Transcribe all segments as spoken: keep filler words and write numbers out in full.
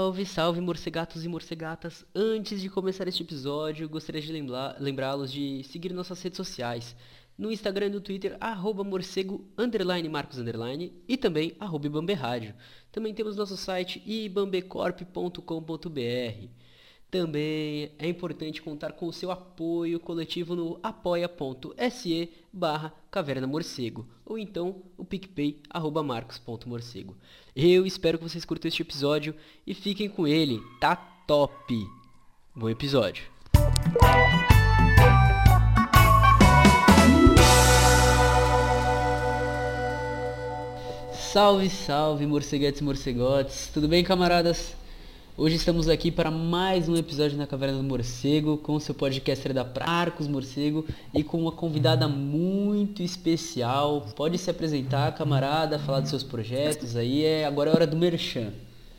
Salve, salve, morcegatos e morcegatas! Antes de começar este episódio, gostaria de lembra- lembrá-los de seguir nossas redes sociais. No Instagram e no Twitter, arroba morcego, underline, marcos, underline, e também arroba ibamberádio. Também temos nosso site ibambecorp ponto com ponto br. Também é importante contar com o seu apoio coletivo no apoia.se barra Caverna Morcego, ou então o PicPay, arroba marcos.morcego. Eu espero que vocês curtam este episódio e fiquem com ele, tá top! Bom episódio! Salve, salve, morceguetes e morcegotes! Tudo bem, camaradas? Hoje estamos aqui para mais um episódio na Caverna do Morcego, com o seu podcaster da praia, Marcos Morcego, e com uma convidada muito especial. Pode se apresentar, camarada, falar dos seus projetos aí, é, agora é hora do merchan.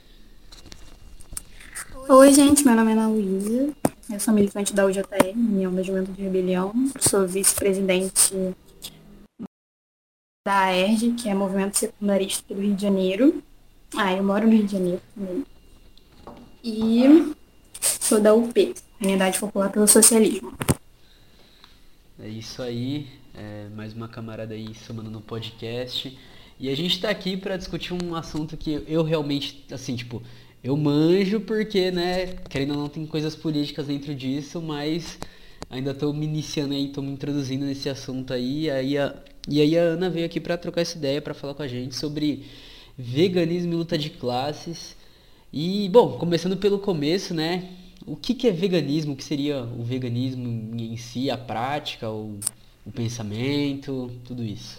Oi, gente, meu nome é Ana Luísa, eu sou militante da U J R, União da Juventude de Rebelião, sou vice-presidente da A E R J, que é Movimento Secundarista do Rio de Janeiro. Ah, eu moro no Rio de Janeiro também. E sou da U P, Unidade Popular pelo Socialismo. É isso aí, é, mais uma camarada aí somando no podcast. E a gente tá aqui para discutir um assunto que eu realmente, assim, tipo, eu manjo porque, né, querendo ou não, tem coisas políticas dentro disso, mas ainda tô me iniciando aí, tô me introduzindo nesse assunto aí. aí a, e aí a Ana veio aqui para trocar essa ideia, para falar com a gente sobre veganismo e luta de classes. E, bom, começando pelo começo, né, o que que é veganismo? O que seria o veganismo em si, a prática, o, o pensamento, tudo isso?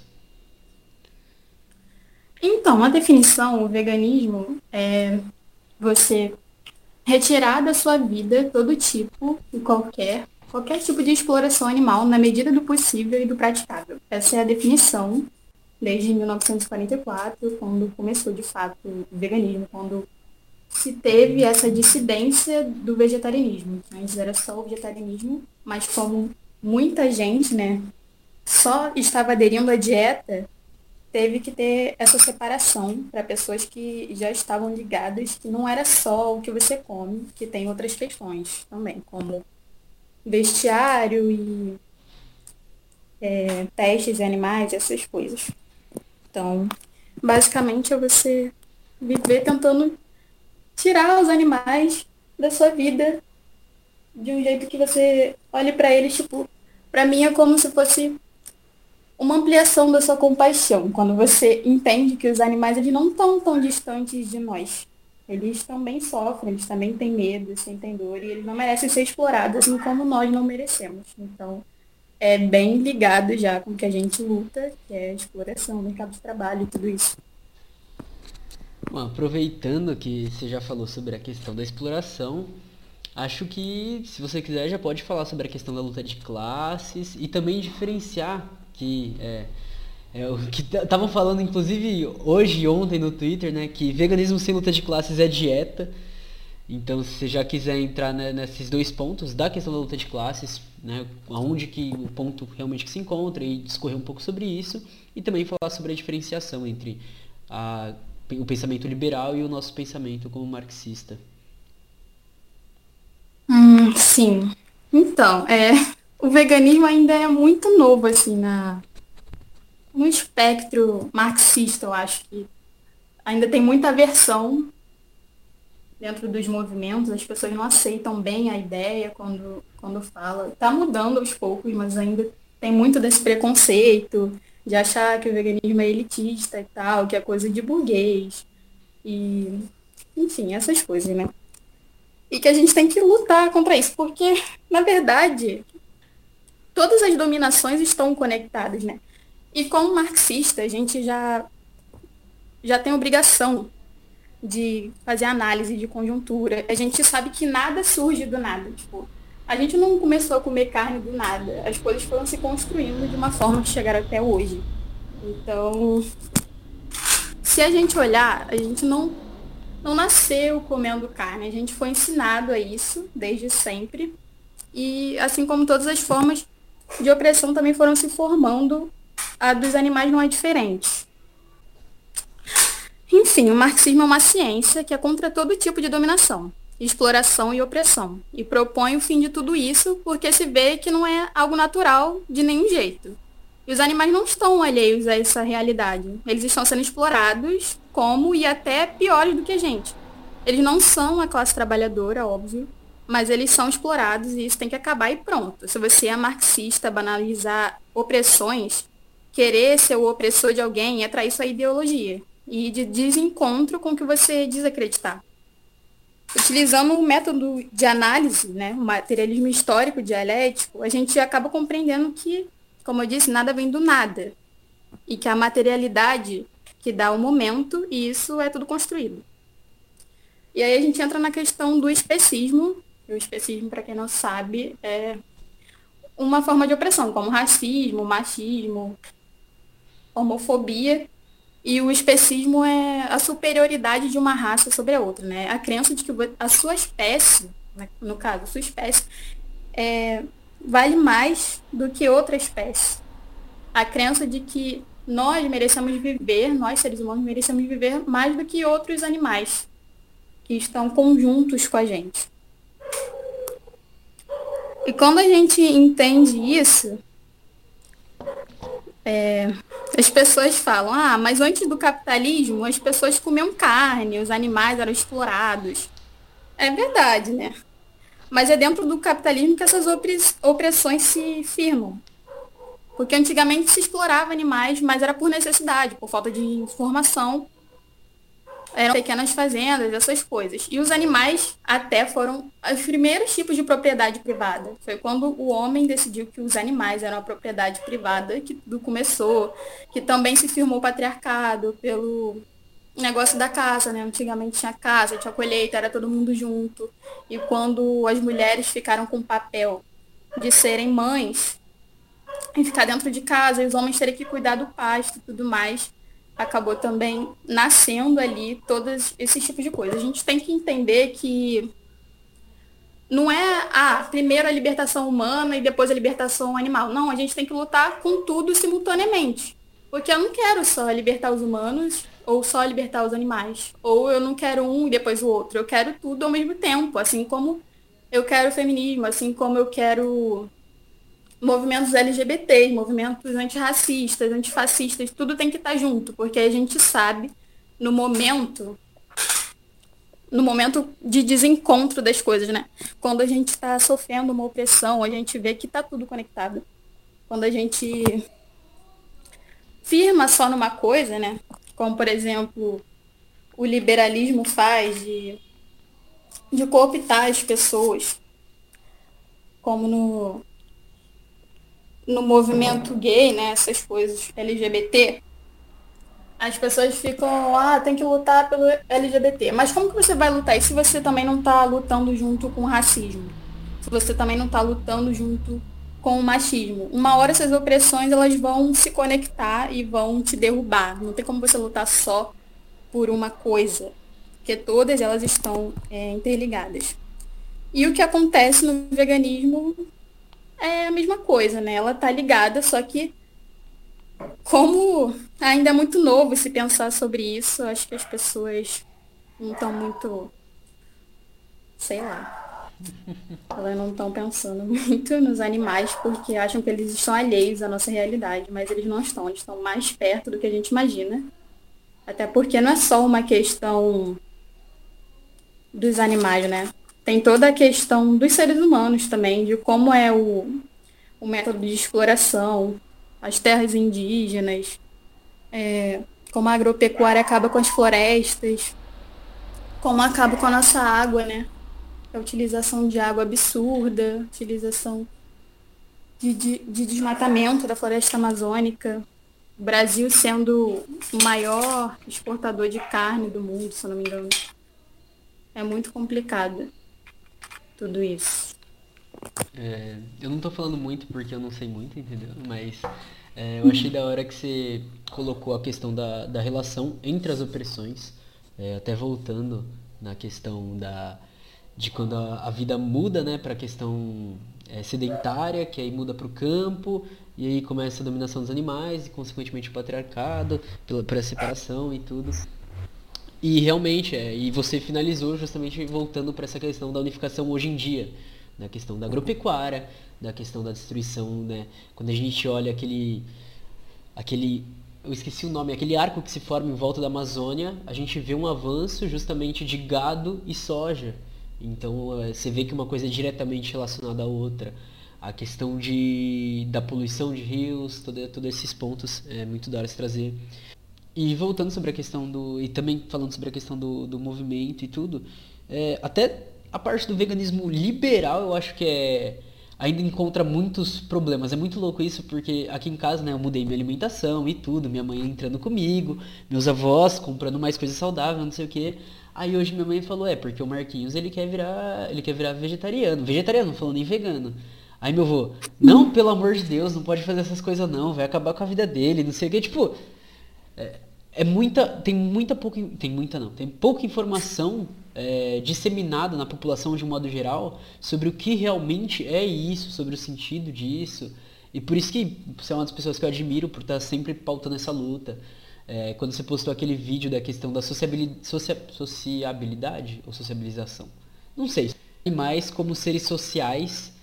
Então, a definição, o veganismo é você retirar da sua vida todo tipo e qualquer, qualquer tipo de exploração animal na medida do possível e do praticável. Essa é a definição desde mil novecentos e quarenta e quatro, quando começou de fato o veganismo, quando se teve essa dissidência do vegetarianismo. Antes era só o vegetarianismo, mas como muita gente, né, só estava aderindo à dieta, teve que ter essa separação para pessoas que já estavam ligadas, que não era só o que você come, que tem outras questões também, como bestiário e é, testes em animais, essas coisas. Então, basicamente é você viver tentando tirar os animais da sua vida de um jeito que você olhe para eles, tipo, para mim é como se fosse uma ampliação da sua compaixão, quando você entende que os animais eles não estão tão distantes de nós. Eles também sofrem, eles também têm medo, sentem dor, e eles não merecem ser explorados assim como nós não merecemos. Então, é bem ligado já com o que a gente luta, que é a exploração, mercado de trabalho e tudo isso. Bom, aproveitando que você já falou sobre a questão da exploração, acho que, se você quiser, já pode falar sobre a questão da luta de classes e também diferenciar que é, é o que estavam falando, inclusive, hoje e ontem no Twitter, né, que veganismo sem luta de classes é dieta. Então, se você já quiser entrar, né, nesses dois pontos da questão da luta de classes, né, aonde que o ponto realmente que se encontra e discorrer um pouco sobre isso, e também falar sobre a diferenciação entre a, o pensamento liberal e o nosso pensamento como marxista. Hum, sim. Então, é, o veganismo ainda é muito novo, assim, na, no espectro marxista, eu acho que ainda tem muita aversão dentro dos movimentos, as pessoas não aceitam bem a ideia quando, quando fala. Está mudando aos poucos, mas ainda tem muito desse preconceito de achar que o veganismo é elitista e tal, que é coisa de burguês. E, enfim, essas coisas, né? E que a gente tem que lutar contra isso, porque, na verdade, todas as dominações estão conectadas, né? E como marxista, a gente já, já tem obrigação de fazer análise de conjuntura. A gente sabe que nada surge do nada. Tipo, a gente não começou a comer carne do nada. As coisas foram se construindo de uma forma que chegaram até hoje. Então, se a gente olhar, a gente não, não nasceu comendo carne. A gente foi ensinado a isso desde sempre. E assim como todas as formas de opressão também foram se formando, a dos animais não é diferente. Enfim, o marxismo é uma ciência que é contra todo tipo de dominação, exploração e opressão, e propõe o fim de tudo isso porque se vê que não é algo natural de nenhum jeito. E os animais não estão alheios a essa realidade. Eles estão sendo explorados como e até piores do que a gente. Eles não são a classe trabalhadora, óbvio, mas eles são explorados e isso tem que acabar e pronto. Se você é marxista, banalizar opressões, querer ser o opressor de alguém é trair sua ideologia e de desencontro com o que você diz acreditar. Utilizando o método de análise, né, o materialismo histórico dialético, a gente acaba compreendendo que, como eu disse, nada vem do nada. E que a materialidade que dá o momento, e isso é tudo construído. E aí a gente entra na questão do especismo. E o especismo, para quem não sabe, é uma forma de opressão, como racismo, machismo, homofobia. E o especismo é a superioridade de uma raça sobre a outra, né? A crença de que a sua espécie, no caso, a sua espécie, é, vale mais do que outra espécie. A crença de que nós merecemos viver, nós seres humanos merecemos viver mais do que outros animais que estão conjuntos com a gente. E quando a gente entende isso, é, as pessoas falam, ah, mas antes do capitalismo as pessoas comiam carne, os animais eram explorados. É verdade, né? Mas é dentro do capitalismo que essas opressões se firmam. Porque antigamente se explorava animais, mas era por necessidade, por falta de informação. Eram pequenas fazendas, essas coisas. E os animais até foram os primeiros tipos de propriedade privada. Foi quando o homem decidiu que os animais eram a propriedade privada que tudo começou, que também se firmou o patriarcado pelo negócio da caça, né? Antigamente tinha caça, tinha colheita, era todo mundo junto. E quando as mulheres ficaram com o papel de serem mães e ficar dentro de casa, e os homens terem que cuidar do pasto e tudo mais, acabou também nascendo ali todos esses tipos de coisas. A gente tem que entender que não é, ah, primeiro a libertação humana e depois a libertação animal. Não, a gente tem que lutar com tudo simultaneamente. Porque eu não quero só libertar os humanos ou só libertar os animais. Ou eu não quero um e depois o outro. Eu quero tudo ao mesmo tempo. Assim como eu quero feminismo, assim como eu quero movimentos L G B T, movimentos antirracistas, antifascistas, tudo tem que estar junto, porque a gente sabe, no momento, no momento de desencontro das coisas, né? Quando a gente está sofrendo uma opressão, a gente vê que está tudo conectado. Quando a gente firma só numa coisa, né? Como, por exemplo, o liberalismo faz de, de cooptar as pessoas, como no no movimento gay, né, essas coisas, L G B T, as pessoas ficam, ah, tem que lutar pelo L G B T. Mas como que você vai lutar? E se você também não está lutando junto com o racismo? Se você também não está lutando junto com o machismo? Uma hora essas opressões, elas vão se conectar e vão te derrubar. Não tem como você lutar só por uma coisa, porque todas elas estão é, interligadas. E o que acontece no veganismo é a mesma coisa, né? Ela tá ligada, só que como ainda é muito novo se pensar sobre isso, acho que as pessoas não estão muito, sei lá, elas não estão pensando muito nos animais porque acham que eles estão alheios à nossa realidade, mas eles não estão, eles estão mais perto do que a gente imagina. Até porque não é só uma questão dos animais, né? Tem toda a questão dos seres humanos também, de como é o, o método de exploração, as terras indígenas, é, como a agropecuária acaba com as florestas, como acaba com a nossa água, né? A utilização de água absurda, utilização de, de, de desmatamento da floresta amazônica. O Brasil sendo o maior exportador de carne do mundo, se eu não me engano. É muito complicado tudo isso. É, eu não tô falando muito porque eu não sei muito, entendeu? Mas é, eu achei da hora que você colocou a questão da, da relação entre as opressões, é, até voltando na questão da, de quando a, a vida muda, né, para a questão é, sedentária, que aí muda para o campo, e aí começa a dominação dos animais e consequentemente o patriarcado, pela, pela separação e tudo. E realmente, é, e você finalizou justamente voltando para essa questão da unificação hoje em dia, da questão da agropecuária, da questão da destruição, né? Quando a gente olha aquele, aquele, eu esqueci o nome, aquele arco que se forma em volta da Amazônia, a gente vê um avanço justamente de gado e soja. Então é, você vê que uma coisa é diretamente relacionada à outra. A questão de, da poluição de rios, todo, todos esses pontos é muito da hora se trazer. E voltando sobre a questão do. E também falando sobre a questão do, do movimento e tudo, é, até a parte do veganismo liberal eu acho que é. Ainda encontra muitos problemas. É muito louco isso, porque aqui em casa, né, eu mudei minha alimentação e tudo, minha mãe entrando comigo, meus avós comprando mais coisa saudável, não sei o quê. Aí hoje minha mãe falou, é, porque o Marquinhos ele quer virar. Ele quer virar vegetariano. Vegetariano, não falou nem vegano. Aí meu avô, não, pelo amor de Deus, não pode fazer essas coisas não, vai acabar com a vida dele, não sei o quê. Tipo, é muita, tem muita pouca, tem muita não, tem pouca informação é, disseminada na população de um modo geral sobre o que realmente é isso, sobre o sentido disso. E por isso que você é uma das pessoas que eu admiro por estar sempre pautando essa luta. É, quando você postou aquele vídeo da questão da sociabili- socia- sociabilidade ou sociabilização, não sei, mais como seres sociais.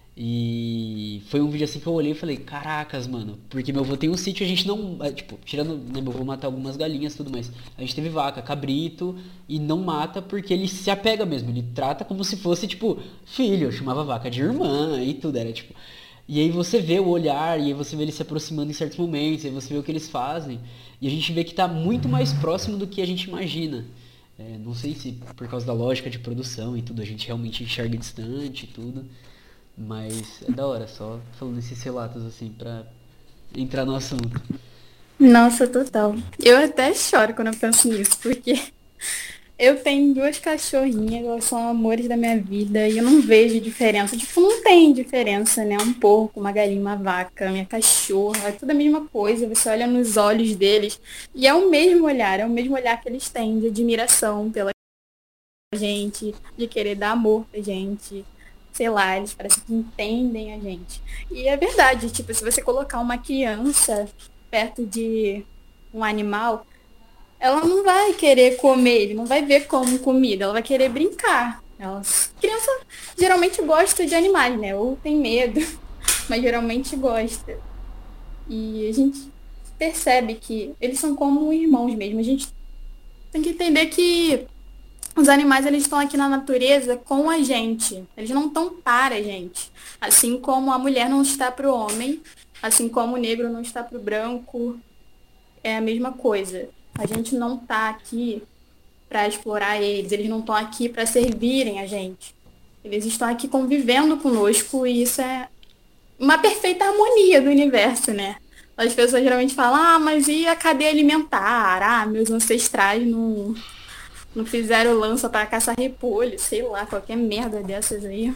E foi um vídeo assim que eu olhei e falei, caracas, mano, porque meu avô tem um sítio, a gente não, é, tipo, tirando, né, meu avô matar algumas galinhas e tudo mais, a gente teve vaca, cabrito, e não mata porque ele se apega mesmo, ele trata como se fosse, tipo, filho, eu chamava a vaca de irmã e tudo, era tipo, e aí você vê o olhar, e aí você vê eles se aproximando em certos momentos, e aí você vê o que eles fazem, e a gente vê que tá muito mais próximo do que a gente imagina. É, não sei se por causa da lógica de produção e tudo, a gente realmente enxerga distante e tudo. Mas é da hora, só falando esses relatos assim pra entrar no assunto. Nossa, total. Eu até choro quando eu penso nisso, porque eu tenho duas cachorrinhas, elas são amores da minha vida e eu não vejo diferença. Tipo, não tem diferença, né? Um porco, uma galinha, uma vaca, minha cachorra, é tudo a mesma coisa. Você olha nos olhos deles e é o mesmo olhar, é o mesmo olhar que eles têm de admiração pela gente, de querer dar amor pra gente. Sei lá, eles parecem que entendem a gente. E é verdade, tipo, se você colocar uma criança perto de um animal, ela não vai querer comer, ele não vai ver como comida, ela vai querer brincar. Ela, criança geralmente gosta de animais, né? Ou tem medo, mas geralmente gosta. E a gente percebe que eles são como irmãos mesmo. A gente tem que entender que os animais, eles estão aqui na natureza com a gente. Eles não estão para a gente. Assim como a mulher não está para o homem, assim como o negro não está para o branco, é a mesma coisa. A gente não está aqui para explorar eles, eles não estão aqui para servirem a gente. Eles estão aqui convivendo conosco e isso é uma perfeita harmonia do universo, né? As pessoas geralmente falam, ah, mas e a cadeia alimentar? Ah, meus ancestrais não, não fizeram lança para caçar repolho, sei lá, qualquer merda dessas aí.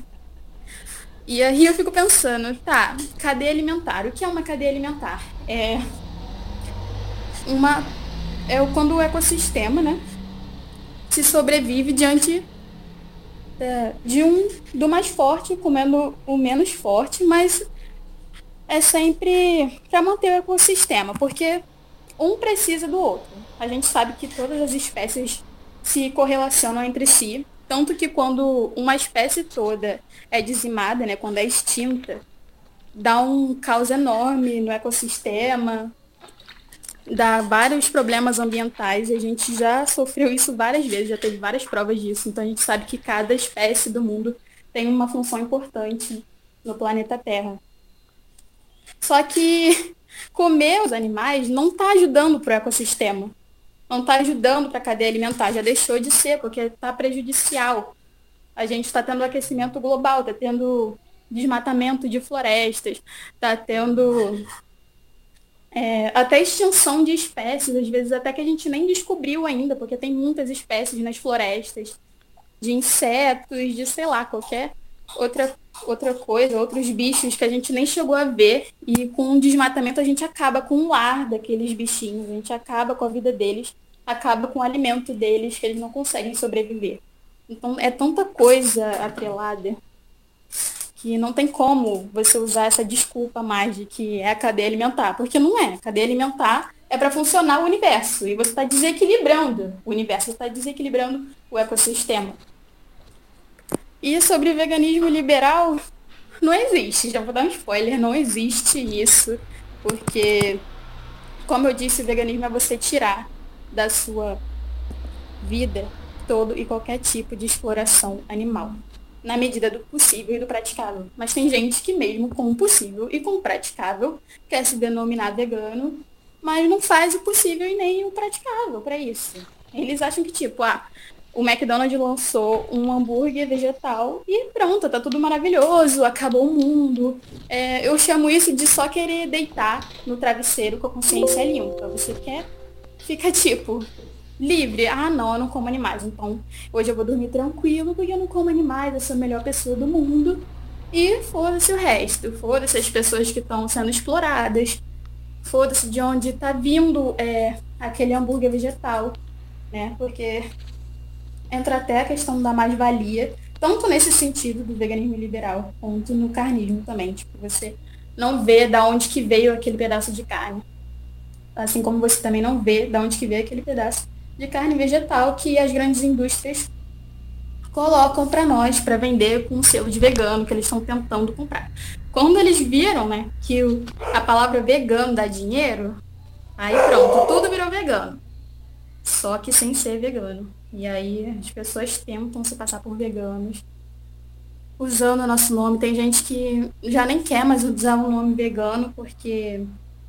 E aí eu fico pensando, tá, cadeia alimentar. O que é uma cadeia alimentar? É uma é quando o ecossistema, né, se sobrevive diante é, de um do mais forte comendo o menos forte, mas é sempre para manter o ecossistema, porque um precisa do outro. A gente sabe que todas as espécies se correlacionam entre si, tanto que quando uma espécie toda é dizimada, né, quando é extinta, dá um caos enorme no ecossistema, dá vários problemas ambientais, e a gente já sofreu isso várias vezes, já teve várias provas disso, então a gente sabe que cada espécie do mundo tem uma função importante no planeta Terra. Só que comer os animais não está ajudando para o ecossistema, não está ajudando para a cadeia alimentar, já deixou de ser, porque está prejudicial. A gente está tendo aquecimento global, está tendo desmatamento de florestas, está tendo é, até extinção de espécies, às vezes até que a gente nem descobriu ainda, porque tem muitas espécies nas florestas, de insetos, de sei lá, qualquer outra, outra coisa, outros bichos que a gente nem chegou a ver. E com o desmatamento a gente acaba com o lar daqueles bichinhos, a gente acaba com a vida deles, acaba com o alimento deles, que eles não conseguem sobreviver. Então é tanta coisa atrelada que não tem como você usar essa desculpa mais de que é a cadeia alimentar, porque não é. A cadeia alimentar é para funcionar o universo. E você está desequilibrando o universo, você está desequilibrando o ecossistema. E sobre veganismo liberal, não existe. Já vou dar um spoiler, não existe isso. Porque, como eu disse, o veganismo é você tirar da sua vida todo e qualquer tipo de exploração animal, na medida do possível e do praticável. Mas tem gente que mesmo com o possível e com o praticável quer se denominar vegano, mas não faz o possível e nem o praticável para isso. Eles acham que, tipo, ah, o McDonald's lançou um hambúrguer vegetal e pronto, tá tudo maravilhoso, acabou o mundo. É, eu chamo isso de só querer deitar no travesseiro com a consciência limpa. Você quer? Fica tipo, livre. Ah, não, eu não como animais. Então, hoje eu vou dormir tranquilo porque eu não como animais, eu sou a melhor pessoa do mundo. E foda-se o resto. Foda-se as pessoas que estão sendo exploradas. Foda-se de onde tá vindo é, aquele hambúrguer vegetal, né? Porque entra até a questão da mais-valia, tanto nesse sentido do veganismo liberal, quanto no carnismo também. Tipo, você não vê da onde que veio aquele pedaço de carne. Assim como você também não vê da onde que veio aquele pedaço de carne vegetal que as grandes indústrias colocam para nós, para vender com um selo de vegano, que eles estão tentando comprar. Quando eles viram, né, que o, a palavra vegano dá dinheiro, aí pronto, tudo virou vegano. Só que sem ser vegano. E aí as pessoas tentam se passar por veganos, usando o nosso nome. Tem gente que já nem quer mais usar o nome vegano, porque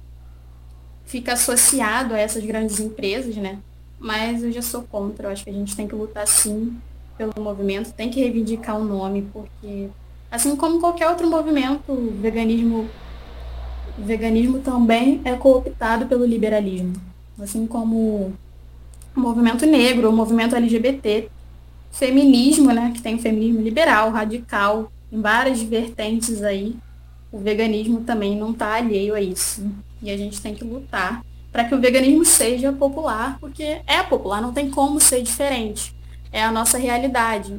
fica associado a essas grandes empresas, né? Mas eu já sou contra. Eu acho que a gente tem que lutar, sim, pelo movimento. Tem que reivindicar o nome, porque, assim como qualquer outro movimento, o veganismo, o veganismo também é cooptado pelo liberalismo. Assim como o movimento negro, o movimento L G B T, feminismo, né, que tem o feminismo liberal, radical, em várias vertentes aí, o veganismo também não está alheio a isso. E a gente tem que lutar para que o veganismo seja popular, porque é popular, não tem como ser diferente. É a nossa realidade.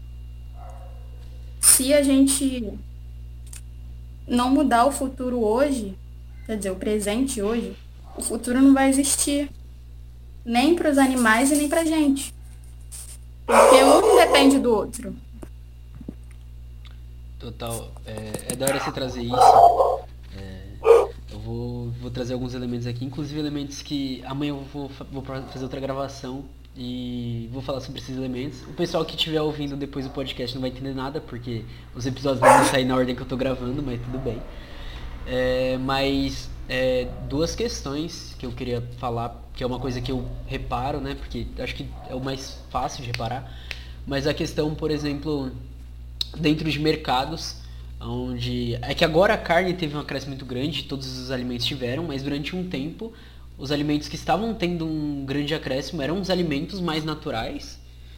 Se a gente não mudar o futuro hoje, quer dizer, o presente hoje, o futuro não vai existir. Nem para os animais e nem para a gente. Porque um depende do outro. Total. É, é da hora você trazer isso. É, eu vou, vou trazer alguns elementos aqui, inclusive elementos que amanhã eu vou, vou fazer outra gravação e vou falar sobre esses elementos. O pessoal que estiver ouvindo depois do podcast não vai entender nada, porque os episódios não vão sair na ordem que eu tô gravando, mas tudo bem. É, mas é, duas questões que eu queria falar, que é uma coisa que eu reparo, né? Porque acho que é o mais fácil de reparar. Mas a questão, por exemplo, dentro de mercados, onde é que agora a carne teve um acréscimo muito grande, todos os alimentos tiveram, mas durante um tempo os alimentos que estavam tendo um grande acréscimo eram os alimentos mais naturais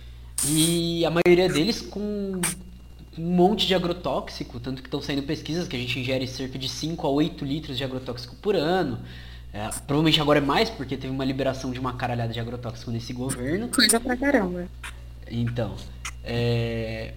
e a maioria deles com um monte de agrotóxico, tanto que estão saindo pesquisas que a gente ingere cerca de cinco a oito litros de agrotóxico por ano. É, provavelmente agora é mais, porque teve uma liberação de uma caralhada de agrotóxico nesse governo. Coisa pra caramba. Então, é,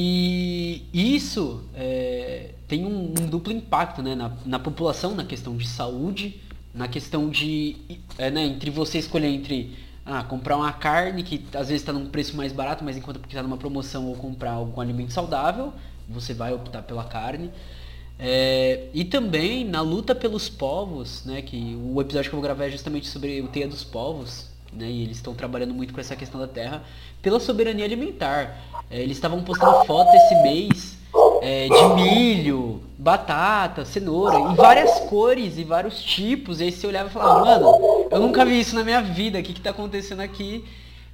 e isso é, tem um, um duplo impacto, né, na, na população, na questão de saúde, na questão de, é, né, entre você escolher entre ah, comprar uma carne que às vezes está num preço mais barato, mas enquanto porque está numa promoção, ou comprar algum alimento saudável, você vai optar pela carne. É, e também na luta pelos povos, né, que o episódio que eu vou gravar é justamente sobre o Teia dos Povos, né, e eles estão trabalhando muito com essa questão da terra, pela soberania alimentar. É, eles estavam postando foto esse mês é, de milho, batata, cenoura, em várias cores e vários tipos, e aí você olhava e falava, mano, eu nunca vi isso na minha vida, o que que tá acontecendo aqui?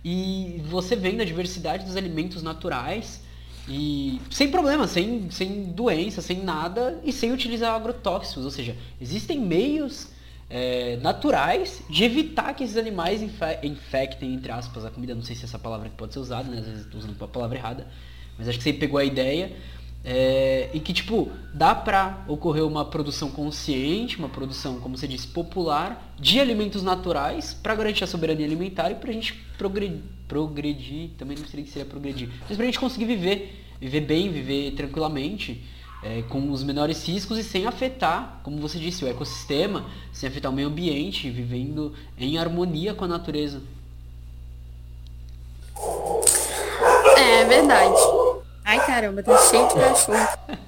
E você vendo a diversidade dos alimentos naturais, e sem problema, sem, sem doença, sem nada e sem utilizar agrotóxicos. Ou seja, existem meios é, naturais de evitar que esses animais infe- infectem, entre aspas, a comida. Não sei se essa palavra que pode ser usada, né? Às vezes estou usando a palavra errada. Mas acho que você pegou a ideia. É, e que, tipo, dá pra ocorrer uma produção consciente, uma produção, como você disse, popular, de alimentos naturais pra garantir a soberania alimentar e pra gente progredir, progredir, também não seria que seria progredir, mas pra gente conseguir viver, viver bem, viver tranquilamente é, com os menores riscos e sem afetar, como você disse, o ecossistema, sem afetar o meio ambiente, vivendo em harmonia com a natureza. É, é verdade. Ai, caramba, tá cheio de cachorro.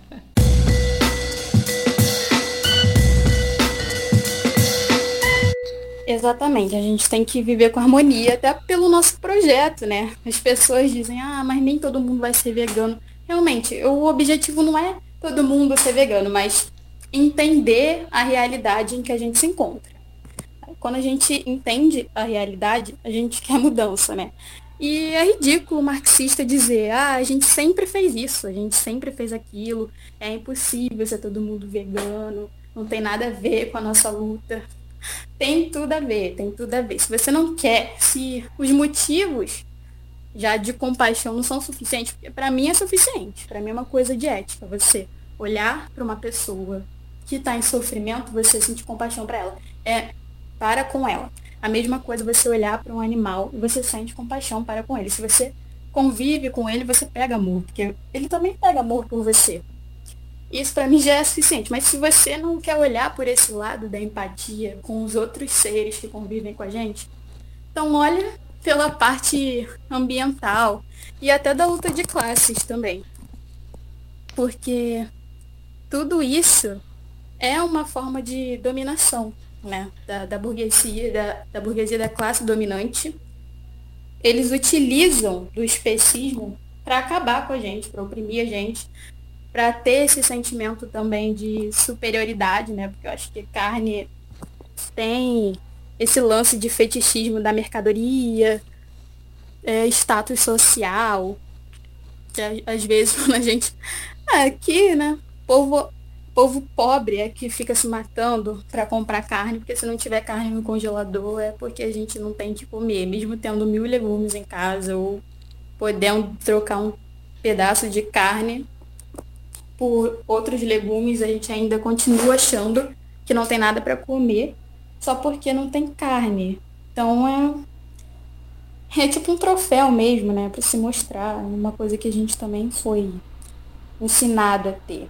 Exatamente, a gente tem que viver com harmonia, até pelo nosso projeto, né? As pessoas dizem, ah, mas nem todo mundo vai ser vegano. Realmente, o objetivo não é todo mundo ser vegano, mas entender a realidade em que a gente se encontra. Quando a gente entende a realidade, a gente quer mudança, né? E é ridículo o marxista dizer, ah, a gente sempre fez isso, a gente sempre fez aquilo, é impossível ser todo mundo vegano, não tem nada a ver com a nossa luta. Tem tudo a ver, tem tudo a ver. Se você não quer, se os motivos já de compaixão não são suficientes, porque para mim é suficiente, para mim é uma coisa de ética, você olhar para uma pessoa que está em sofrimento, você sentir compaixão para ela, é para com ela. A mesma coisa você olhar para um animal e você sente compaixão para com ele. Se você convive com ele, você pega amor, porque ele também pega amor por você. Isso para mim já é suficiente, mas se você não quer olhar por esse lado da empatia com os outros seres que convivem com a gente, então olha pela parte ambiental e até da luta de classes também. Porque tudo isso é uma forma de dominação, né? Da, da burguesia, da, da burguesia da classe dominante. Eles utilizam do especismo para acabar com a gente, para oprimir a gente, para ter esse sentimento também de superioridade, né? Porque eu acho que carne tem esse lance de fetichismo da mercadoria, é, status social, que às vezes quando a gente... Ah, aqui, né? Povo, povo pobre é que fica se matando para comprar carne, porque se não tiver carne no congelador é porque a gente não tem que comer, mesmo tendo mil legumes em casa ou podendo trocar um pedaço de carne por outros legumes, a gente ainda continua achando que não tem nada para comer só porque não tem carne. Então é, é tipo um troféu mesmo, né? Para se mostrar, uma coisa que a gente também foi ensinado a ter.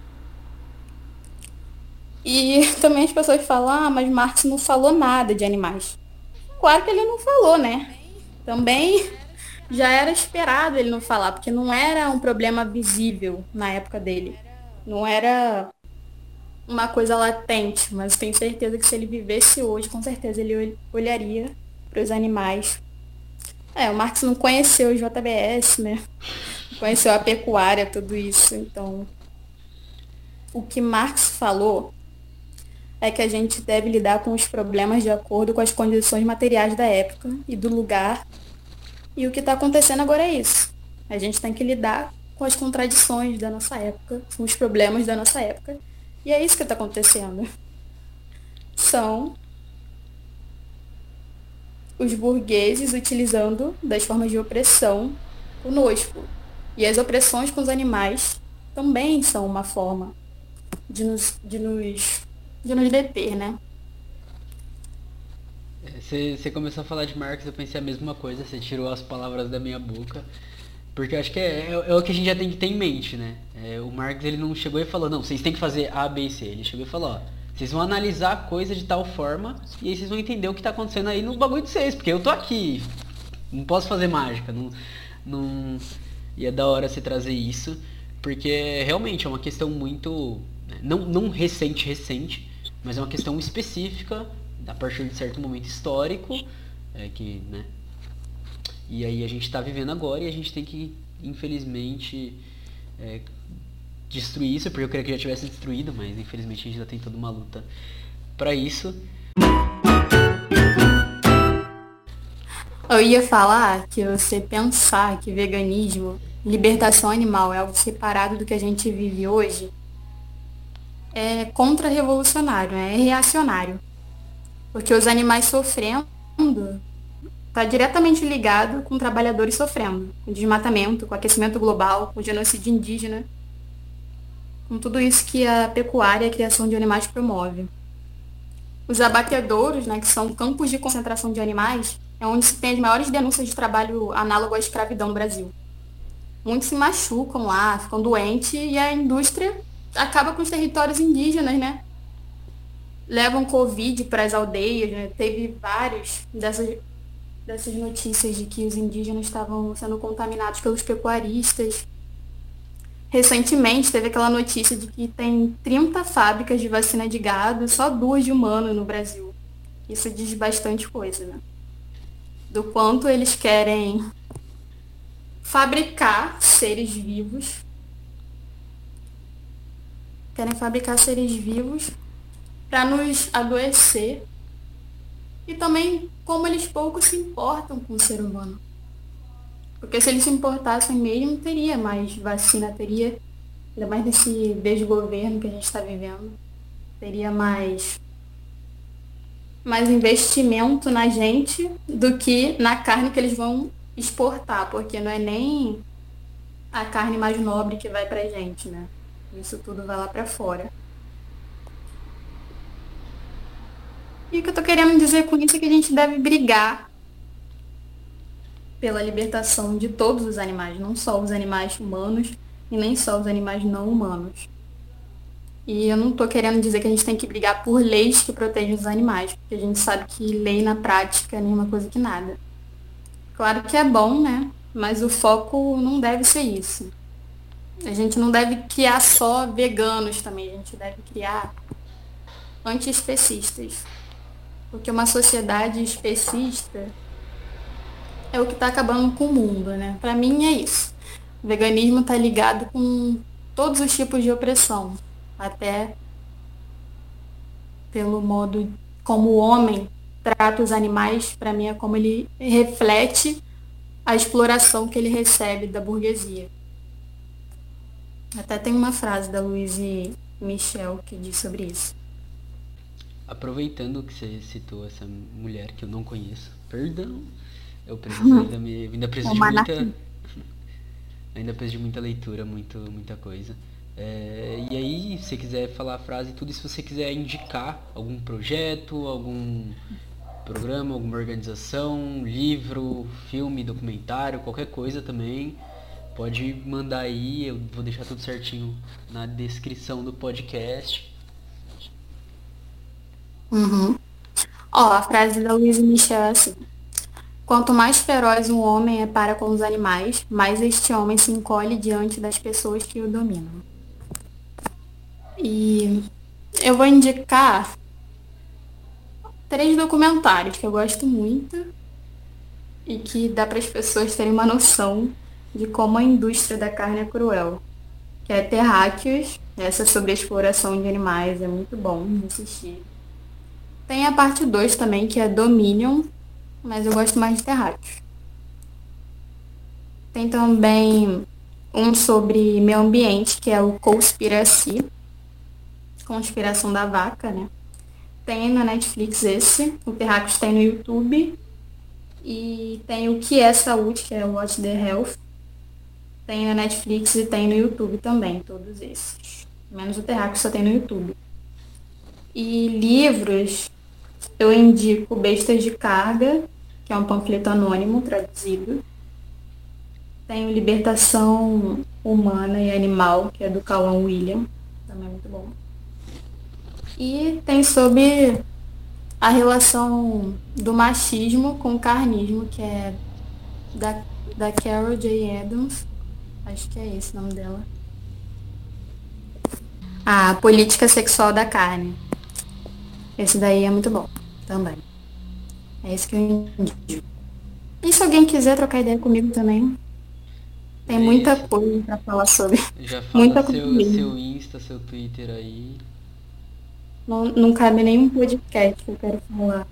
E também as pessoas falam, ah, mas Marx não falou nada de animais. Claro que ele não falou, né? Também já era esperado ele não falar, porque não era um problema visível na época dele. Não era uma coisa latente, mas tenho certeza que se ele vivesse hoje, com certeza ele olharia para os animais. É, o Marx não conheceu o J B S, né? Não conheceu a pecuária, tudo isso. Então, o que Marx falou é que a gente deve lidar com os problemas de acordo com as condições materiais da época e do lugar. E o que está acontecendo agora é isso. A gente tem que lidar com as contradições da nossa época, com os problemas da nossa época. E é isso que está acontecendo. São os burgueses utilizando das formas de opressão conosco. E as opressões com os animais também são uma forma de nos, de nos, de nos deter, né? Você, você começou a falar de Marx, eu pensei a mesma coisa, você tirou as palavras da minha boca. Porque eu acho que é, é, é o que a gente já tem que ter em mente, né? É, o Marx, ele não chegou e falou, não, vocês têm que fazer A, B e C. Ele chegou e falou, ó, vocês vão analisar a coisa de tal forma e aí vocês vão entender o que tá acontecendo aí no bagulho de vocês, porque eu tô aqui, não posso fazer mágica, não, não... E é da hora você trazer isso, porque realmente é uma questão muito, não, não recente, recente, mas é uma questão específica, a partir de certo momento histórico, é que, né... E aí a gente está vivendo agora e a gente tem que, infelizmente, é, destruir isso, porque eu queria que já tivesse destruído, mas infelizmente a gente ainda tem toda uma luta para isso. Eu ia falar que você pensar que veganismo, libertação animal é algo separado do que a gente vive hoje, é contra-revolucionário, é reacionário. Porque os animais sofrendo está diretamente ligado com trabalhadores sofrendo, com desmatamento, com aquecimento global, com genocídio indígena, com tudo isso que a pecuária e a criação de animais promove. Os abatedouros, né, que são campos de concentração de animais, é onde se tem as maiores denúncias de trabalho análogo à escravidão no Brasil. Muitos se machucam lá, ficam doentes e a indústria acaba com os territórios indígenas, né? Levam Covid para as aldeias, né? Teve vários dessas, dessas notícias de que os indígenas estavam sendo contaminados pelos pecuaristas. Recentemente teve aquela notícia de que tem trinta fábricas de vacina de gado, só duas de humano no Brasil. Isso diz bastante coisa, né? Do quanto eles querem fabricar seres vivos. Querem fabricar seres vivos para nos adoecer. E também como eles pouco se importam com o ser humano. Porque se eles se importassem mesmo, teria mais vacina, teria, ainda mais nesse desgoverno que a gente está vivendo, teria mais, mais investimento na gente do que na carne que eles vão exportar, porque não é nem a carne mais nobre que vai pra gente, né? Isso tudo vai lá pra fora. E o que eu tô querendo dizer com isso é que a gente deve brigar pela libertação de todos os animais, não só os animais humanos e nem só os animais não humanos. E eu não estou querendo dizer que a gente tem que brigar por leis que protejam os animais, porque a gente sabe que lei na prática é a mesma coisa que nada. Claro que é bom, né? Mas o foco não deve ser isso. A gente não deve criar só veganos também, a gente deve criar anti-especistas. Porque uma sociedade especista é o que está acabando com o mundo, né? Para mim é isso. O veganismo está ligado com todos os tipos de opressão, até pelo modo como o homem trata os animais, para mim é como ele reflete a exploração que ele recebe da burguesia. Até tem uma frase da Louise Michel que diz sobre isso. Aproveitando que você citou essa mulher que eu não conheço, perdão, eu preciso ainda me, ainda preciso de muita, ainda preciso de muita leitura, muito, muita coisa. É, e aí, se você quiser falar a frase e tudo, e se você quiser indicar algum projeto, algum programa, alguma organização, livro, filme, documentário, qualquer coisa também, pode mandar aí, eu vou deixar tudo certinho na descrição do podcast. Uhum. Ó, a frase da Louise Michel é assim: quanto mais feroz um homem é para com os animais, mais este homem se encolhe diante das pessoas que o dominam. E eu vou indicar três documentários que eu gosto muito e que dá para as pessoas terem uma noção de como a indústria da carne é cruel. Que é Terráqueos, essa sobre a exploração de animais, é muito bom de assistir. Tem a parte dois também, que é Dominion, mas eu gosto mais de Terráqueos. Tem também um sobre meio ambiente, que é o Conspiracy, Conspiração da Vaca, né? Tem na Netflix esse, o Terráqueos tem no YouTube. E tem o Que é Saúde, que é o Watch the Health. Tem na Netflix e tem no YouTube também, todos esses. Menos o Terráqueos só tem no YouTube. E livros, eu indico Bestas de Carga, que é um panfleto anônimo traduzido. Tem o Libertação Humana e Animal, que é do Cauã William, também é muito bom. E tem sobre a relação do machismo com o carnismo, que é da, da Carol J. Adams. Acho que é esse o nome dela. A Política Sexual da Carne. Esse daí é muito bom também. É esse que eu indico. E se alguém quiser trocar ideia comigo também, tem muita coisa pra falar sobre. Já fala muita seu, coisa. seu Insta, seu Twitter aí. Não, não cabe nenhum podcast que eu quero falar.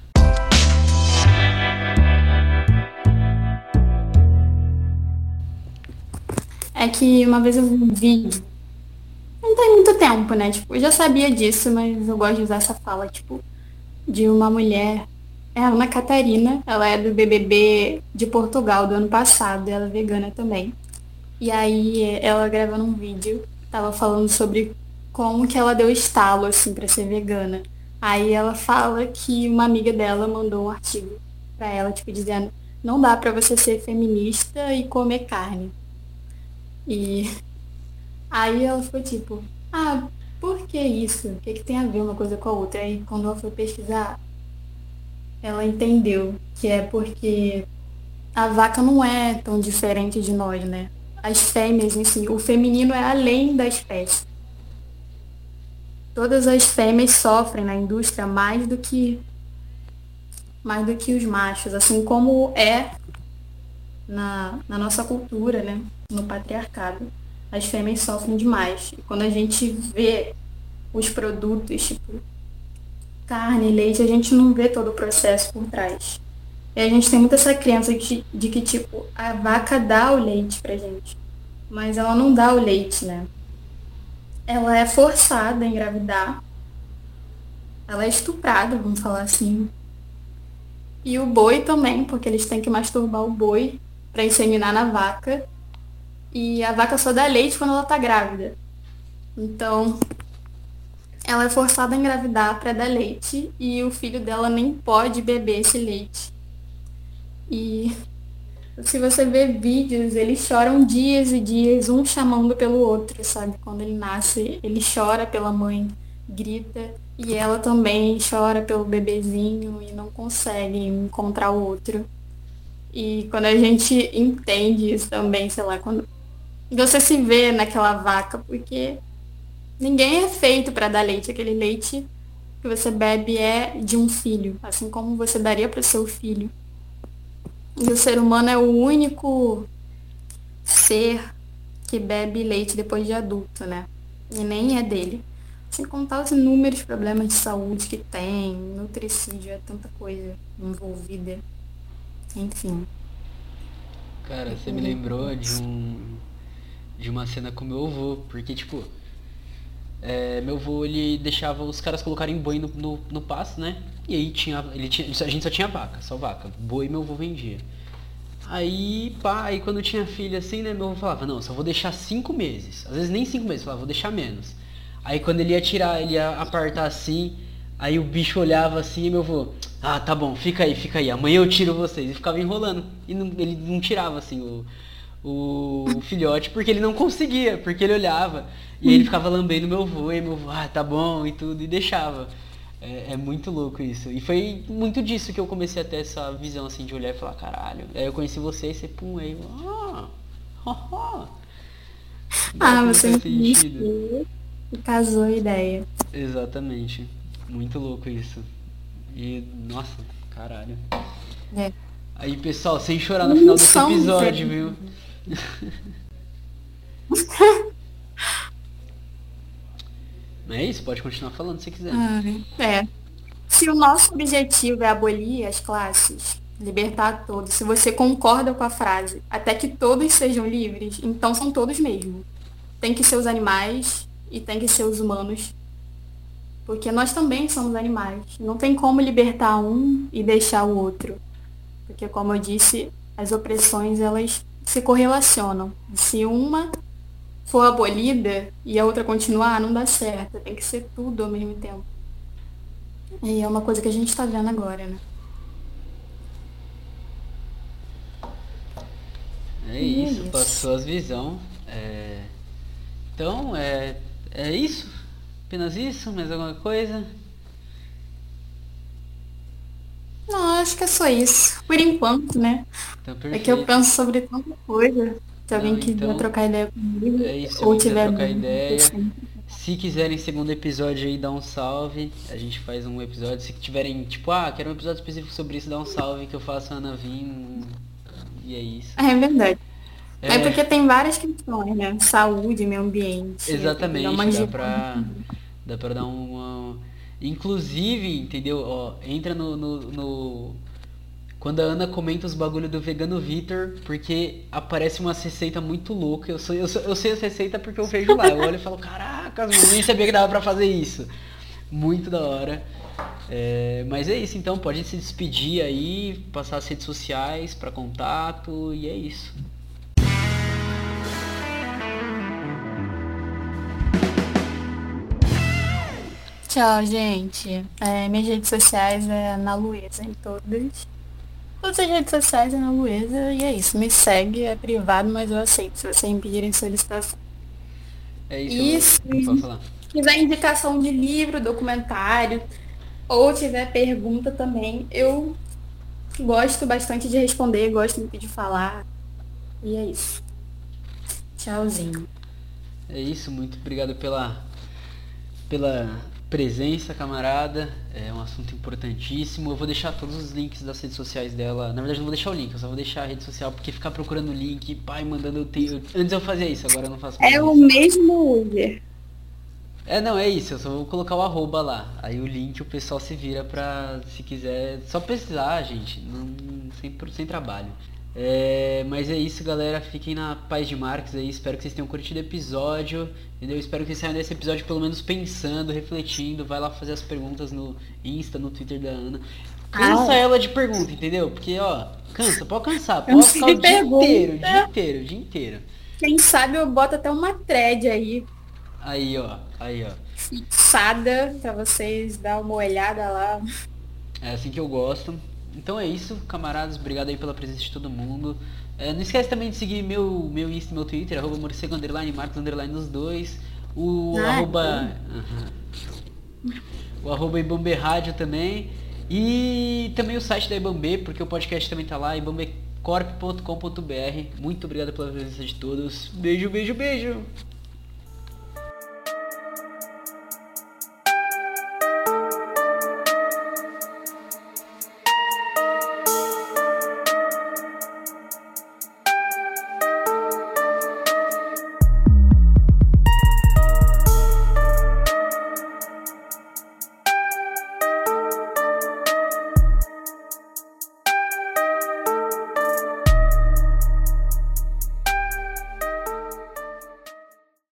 É que uma vez eu vi um vídeo, não tem muito tempo, né? Tipo, eu já sabia disso, mas eu gosto de usar essa fala, tipo, de uma mulher, é a Ana Catarina, ela é do B B B de Portugal do ano passado, ela é vegana também. E aí ela gravando um vídeo, tava falando sobre como que ela deu estalo, assim, pra ser vegana. Aí ela fala que uma amiga dela mandou um artigo pra ela, tipo, dizendo: não dá pra você ser feminista e comer carne. E aí ela ficou tipo, Ah, por que isso? O que, que tem a ver uma coisa com a outra? Aí quando ela foi pesquisar, ela entendeu que é porque a vaca não é tão diferente de nós, né? As fêmeas em si, o feminino é além da espécie. Todas as fêmeas sofrem na indústria mais do que mais do que os machos, assim como é na, na nossa cultura, né? No patriarcado. As fêmeas sofrem demais. E quando a gente vê os produtos, tipo carne, leite, a gente não vê todo o processo por trás. E a gente tem muita essa crença de, de que, tipo, a vaca dá o leite pra gente. Mas ela não dá o leite, né? Ela é forçada a engravidar. Ela é estuprada, vamos falar assim. E o boi também, porque eles têm que masturbar o boi para inseminar na vaca. E a vaca só dá leite quando ela tá grávida. Então, ela é forçada a engravidar para dar leite e o filho dela nem pode beber esse leite. E se você vê vídeos, eles choram dias e dias, um chamando pelo outro, sabe? Quando ele nasce, ele chora pela mãe, grita, e ela também chora pelo bebezinho e não consegue encontrar o outro. E quando a gente entende isso também, sei lá, quando você se vê naquela vaca, porque ninguém é feito para dar leite, aquele leite que você bebe é de um filho, assim como você daria para o seu filho. E o ser humano é o único ser que bebe leite depois de adulto, né? E nem é dele. Sem contar os inúmeros problemas de saúde que tem, nutricídio, é tanta coisa envolvida. Enfim. Cara, você me lembrou de um de uma cena com meu avô, porque tipo, é, meu avô ele deixava os caras colocarem boi no, no, no pasto, né? E aí tinha, ele tinha, a gente só tinha vaca, só vaca. Boi meu avô vendia. Aí, pá, aí quando tinha filha assim, né, meu avô falava, não, só vou deixar cinco meses. Às vezes nem cinco meses, falava, vou deixar menos. Aí quando ele ia tirar, ele ia apartar assim, aí o bicho olhava assim e meu avô, ah, tá bom, fica aí, fica aí, amanhã eu tiro vocês. E ficava enrolando. E não, ele não tirava assim o, o filhote, porque ele não conseguia, porque ele olhava. E aí ele ficava lambendo meu avô, e meu avô, ah, tá bom, e tudo, e deixava. É, é muito louco isso. E foi muito disso que eu comecei a ter essa visão assim de olhar e falar, caralho. Aí eu conheci você e você, pum, aí eu, ah, oh, Ah, nossa, não você faz me sentido. conheceu e casou a ideia. Exatamente. Muito louco isso. E, nossa, caralho. É. Aí, pessoal, sem chorar no Não final desse são episódio, diferentes. viu? É isso, pode continuar falando se quiser. Ai, é. Se o nosso objetivo é abolir as classes, libertar todos, se você concorda com a frase, até que todos sejam livres, então são todos mesmo. Tem que ser os animais e tem que ser os humanos, porque nós também somos animais. Não tem como libertar um e deixar o outro, porque como eu disse, as opressões elas se correlacionam. Se uma for abolida e a outra continuar, não dá certo. Tem que ser tudo ao mesmo tempo. E é uma coisa que a gente está vendo agora, né? É E é isso, isso. passou as visão. É... Então, é... é isso? Apenas isso? Mais alguma coisa? Não, acho que é só isso. Por enquanto, né? Então, É que eu perfeito. penso sobre tanta coisa. Se Não, alguém quiser então, trocar ideia comigo é isso. Se ou alguém quiser tiver trocar dúvida, eu ideia, sempre. se quiserem segundo episódio aí, dá um salve. A gente faz um episódio. Se tiverem, tipo, ah, quero um episódio específico sobre isso, dá um salve que eu faço a Ana vir. E é isso. É verdade. É É, porque tem várias questões, né? Saúde, meio ambiente, tem que dar exatamente, uma dá geral. pra, dá pra dar uma. Inclusive, entendeu? Ó, entra no, no, no- quando a Ana comenta os bagulho do Vegano Vitor, porque aparece uma receita muito louca. Eu, sou, eu, sou, eu sei as receitas porque eu vejo lá. Eu olho e falo, caraca, eu nem sabia que dava pra fazer isso. Muito da hora. É, mas é isso, então pode se despedir aí, passar as redes sociais pra contato e é isso. Tchau, gente. É, minhas redes sociais é Ana Luísa em todas. Todas as redes sociais é Ana Luísa e é isso. Me segue, é privado, mas eu aceito se vocês me pedirem solicitação. É isso. Isso. Eu... Pode falar. Se tiver indicação de livro, documentário, ou tiver pergunta também, eu gosto bastante de responder, gosto muito de falar. E é isso. Tchauzinho. É isso, muito obrigado pela, pela presença, camarada. É um assunto importantíssimo. Eu vou deixar todos os links das redes sociais dela. Na verdade, não vou deixar o link, eu só vou deixar a rede social, porque ficar procurando o link, pai, mandando eu tenho. Antes eu fazia isso, agora eu não faço mais É isso. o mesmo user. É, não, é isso, eu só vou colocar o arroba lá. Aí o link o pessoal se vira pra, se quiser, só pesquisar, gente, não, sem, sem trabalho. É, mas é isso, galera, fiquem na paz de Marx aí, espero que vocês tenham curtido o episódio, entendeu? Espero que vocês saiam desse episódio pelo menos pensando, refletindo, vai lá fazer as perguntas no Insta, no Twitter da Ana. Cansa Ah. ela de pergunta, entendeu? Porque, ó, cansa, pode cansar, Eu não pode sei ficar o de dia pergunta. inteiro, o dia inteiro, o dia inteiro. Quem sabe eu boto até uma thread aí Aí, ó, aí, ó. fixada pra vocês dar uma olhada lá. É assim que eu gosto. Então é isso, camaradas. Obrigado aí pela presença de todo mundo. É, não esquece também de seguir meu, meu Insta e meu Twitter, arroba morcego, underline, marcos, underline, nos dois. O Ah, arroba... Uhum. O arroba Ibambe Rádio também. E também o site da Ibambe, porque o podcast também tá lá, ibambecorp ponto com ponto br. Muito obrigado pela presença de todos. Beijo, beijo, beijo!